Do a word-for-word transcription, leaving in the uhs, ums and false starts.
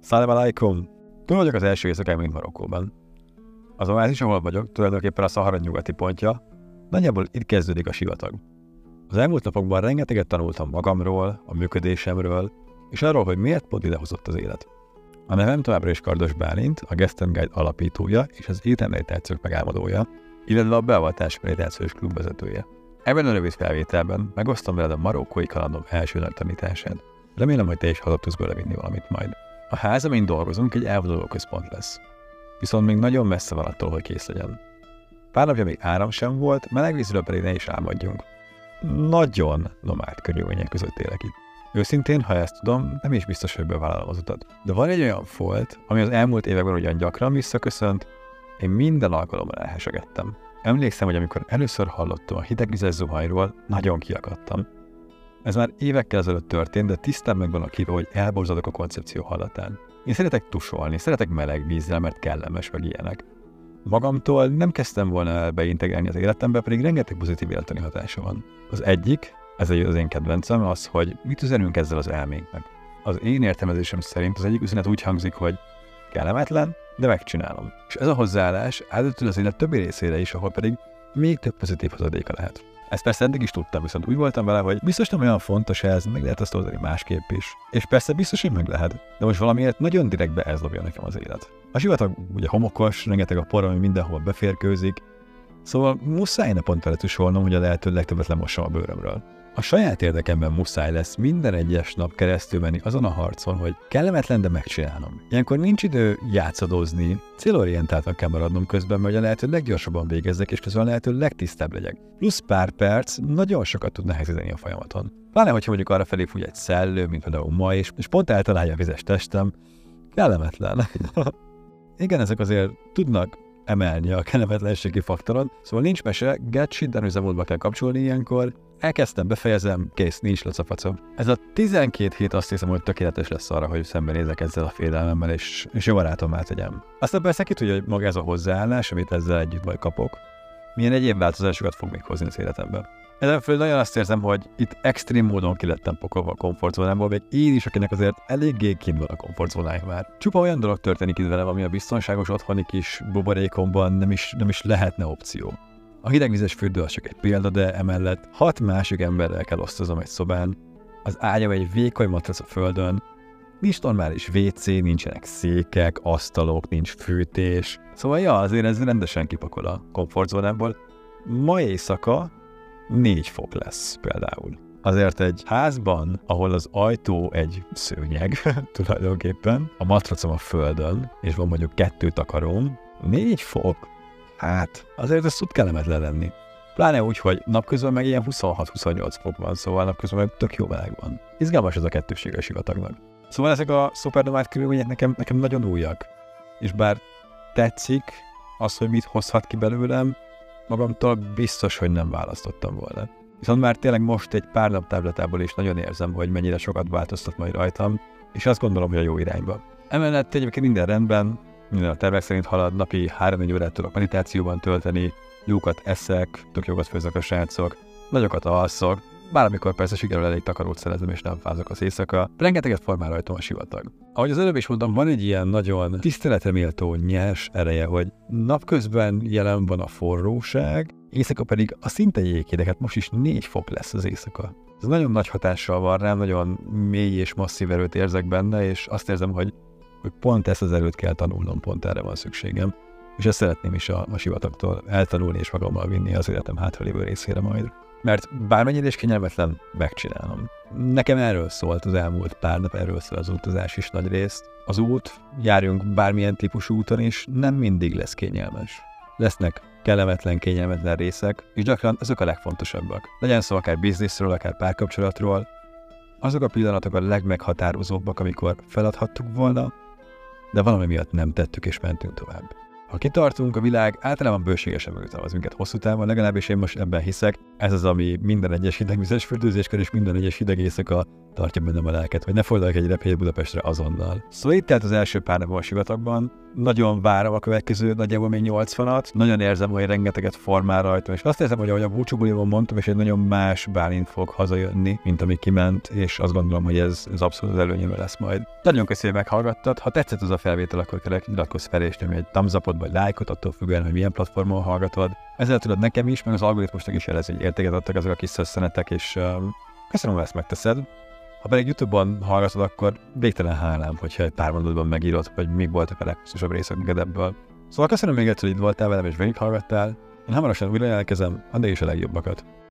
Szalám alaikum! Túl vagyok az első éjszakán, mint Marokkóban. Az oázis, ahol vagyok, tulajdonképpen a Szahara nyugati pontja, nagyjából itt kezdődik a sivatag. Az elmúlt napokban rengeteget tanultam magamról, a működésemről, és arról, hogy miért pont idehozott az élet. A nevem továbbra is Kardos Bálint, a Guest and Guide alapítója és az életmeditációk megálmodója, illetve a beavatás meditációs klub vezetője. Ebben a rövid felvételben megosztom veled a marokkói kalandom első nagy tanítását. Remélem, hogy te is haza tudsz belevinni valamit majd. A ház, amin dolgozunk, egy elvonuló központ lesz. Viszont még nagyon messze van attól, hogy kész legyen. Pár napja még áram sem volt, meleg vízről pedig ne is álmodjunk. Nagyon nomád körülmények között élek itt. Őszintén, ha ezt tudom, nem is biztos, hogy bevállalom az utat. De van egy olyan folt, ami az elmúlt években ugyan gyakran visszaköszönt, én minden alkalommal elhesegettem. Emlékszem, hogy amikor először hallottam a hidegvizes zuhanyról, nagyon kiakadtam. Ez már évekkel ezelőtt történt, de tisztán meg van a kép, hogy elborzadok a koncepció hallatán. Én szeretek tusolni, szeretek meleg vízzel, mert kellemes, meg ilyenek. Magamtól nem kezdtem volna el beintegrálni az életembe, pedig rengeteg pozitív élettani hatása van. Az egyik, ez az én kedvencem, az, hogy mit üzenünk ezzel az elménknek. Az én értelmezésem szerint az egyik üzenet úgy hangzik, hogy kellemetlen, de megcsinálom. És ez a hozzáállás átvetül az élet többi részére is, ahol pedig még több pozitív hozadéka lehet. Ezt persze eddig is tudtam, viszont úgy voltam vele, hogy biztos nem olyan fontos ez, meg lehet azt oldani másképp is. És persze biztos, hogy meg lehet, de most valamiért nagyon direktbe ez lopja nekem az élet. A sivatag ugye homokos, rengeteg a por, ami mindenhol beférkőzik, szóval muszáj naponta letusolnom, hogy a lehető legtöbbet lemossam a bőrömről. A saját érdekemben muszáj lesz minden egyes nap keresztül menni azon a harcon, hogy kellemetlen, de megcsinálom. Ilyenkor nincs idő játszadozni, célorientáltan kell maradnom közben, mert a lehető leggyorsabban végezzek, és közben a lehető legtisztább legyek. Plusz pár perc nagyon sokat tud nehezíteni a folyamaton. Pláne, hogyha mondjuk arra felé fúj egy szellő, mint például ma is, és pont eltalálja a vizes testem, kellemetlen. Igen, ezek azért tudnak emelni a kellemetlenségi faktoron, szóval nincs mese, get shit done üzemmódba kell kapcsolni ilyenkor. Elkezdtem, befejezem, kész, nincs lacafacom. Ez a tizenkét hét azt hiszem, hogy tökéletes lesz arra, hogy szembenézek ezzel a félelmemmel, és, és jó barátommá tegyem. Aztán persze ki tudja, hogy maga ez a hozzáállás, amit ezzel együtt majd kapok, milyen egyéb változásokat fog még hozni az életembe. Ezen felül nagyon azt érzem, hogy itt extrém módon kilettem pakolva a komfortzónámból, még én is, akinek azért eléggé kint van a komfortzónája már. Csupa olyan dolog történik itt velem, ami a biztonságos otthoni kis buborékomban nem is, nem is lehetne opció. A hidegvizes fürdő az csak egy példa, de emellett hat másik emberrel kell osztozom egy szobán, az ágyam egy vékony matrac a földön, nincs normális vé cé, nincsenek székek, asztalok, nincs fűtés, szóval ja, azért ez rendesen kipakol a komfortzónából. Ma éjszaka négy fok lesz például. Azért egy házban, ahol az ajtó egy szőnyeg tulajdonképpen, a matracom a földön, és van mondjuk kettő takaróm, négy fok, hát azért ez tud kellemetlen lenni. Pláne úgy, hogy napközben meg ilyen huszonhat-huszonnyolc fok van, szóval napközben meg tök jó meleg van. Izgalmas ez a kettőség a sivatagnak. Szóval ezek a szupernomád körülmények nekem, nekem nagyon újak. És bár tetszik az, hogy mit hozhat ki belőlem, magamtól biztos, hogy nem választottam volna. Viszont már tényleg most egy pár nap táblatából is nagyon érzem, hogy mennyire sokat változtat majd rajtam, és azt gondolom, hogy a jó irányba. Emellett egyébként minden rendben, minden a tervek szerint halad, napi három-négy órát tudok meditációban tölteni, jókat eszek, tök jókat főzök a srácok, nagyokat alszok, bármikor persze sikerül elég takarót szerezem, és nem fázok az éjszaka. Rengeteget formál rajtam a sivatag. Ahogy az előbb is mondtam, van egy ilyen nagyon tiszteletre méltó nyers ereje, hogy napközben jelen van a forróság, éjszaka pedig a szinte jéghideg, hát most is négy fok lesz az éjszaka. Ez nagyon nagy hatással van rám, nagyon mély és masszív erőt érzek benne, és azt érzem, hogy, hogy pont ezt az erőt kell tanulnom, pont erre van szükségem. És ezt szeretném is a, a sivatagtól eltanulni és magammal vinni az életem hátralévő részére majd. Mert bármennyire is kényelmetlen, megcsinálom. Nekem erről szólt az elmúlt pár nap, erről szól az utazás is nagy részt. Az út, járjunk bármilyen típusú úton is, nem mindig lesz kényelmes. Lesznek kellemetlen, kényelmetlen részek, és gyakran azok a legfontosabbak. Legyen szó akár bizniszről, akár párkapcsolatról. Azok a pillanatok a legmeghatározóbbak, amikor feladhattuk volna, de valami miatt nem tettük és mentünk tovább. Ha kitartunk, a világ általában bőségesen megütalmaz minket hosszú távon, legalábbis én most ebben hiszek. Ez az, ami minden egyes hidegvizes fürdőzéskor és minden egyes hideg éjszaka tartja bennem a lelket, hogy ne forduljak egy repjegyet Budapestre azonnal. Szóval itt tehát az első pár napom a sivatagban, nagyon várom a következő nagyjából még nyolcvanat, nagyon érzem, hogy rengeteget formál rajtam, és azt érzem, hogy ahogy a búcsúbuliban mondtam, és egy nagyon más Bálint fog hazajönni, mint ami kiment, és azt gondolom, hogy ez, ez abszolút az előnyömre lesz majd. Nagyon köszönöm, hogy meghallgattad, ha tetszett az a felvétel, akkor kérlek iratkozz fel és nyomj egy thumbs upot vagy lájkot, attól függően, hogy milyen platformon hallgatod. Ezzel tudod nekem is, meg az algoritmusnak is jelez, hogy értéket adtak ezek a kis szösszenetek, és um, köszönöm, hogy ezt megteszed. Ha pedig YouTube-on hallgatod, akkor végtelen hálám, hogyha egy pár mondatban megírod, hogy mi voltak a leghosszasabb részek neked ebből. Szóval köszönöm még egyszer, hogy itt voltál velem és végighallgattál. Én hamarosan újra jelentkezem, addig is a legjobbakat.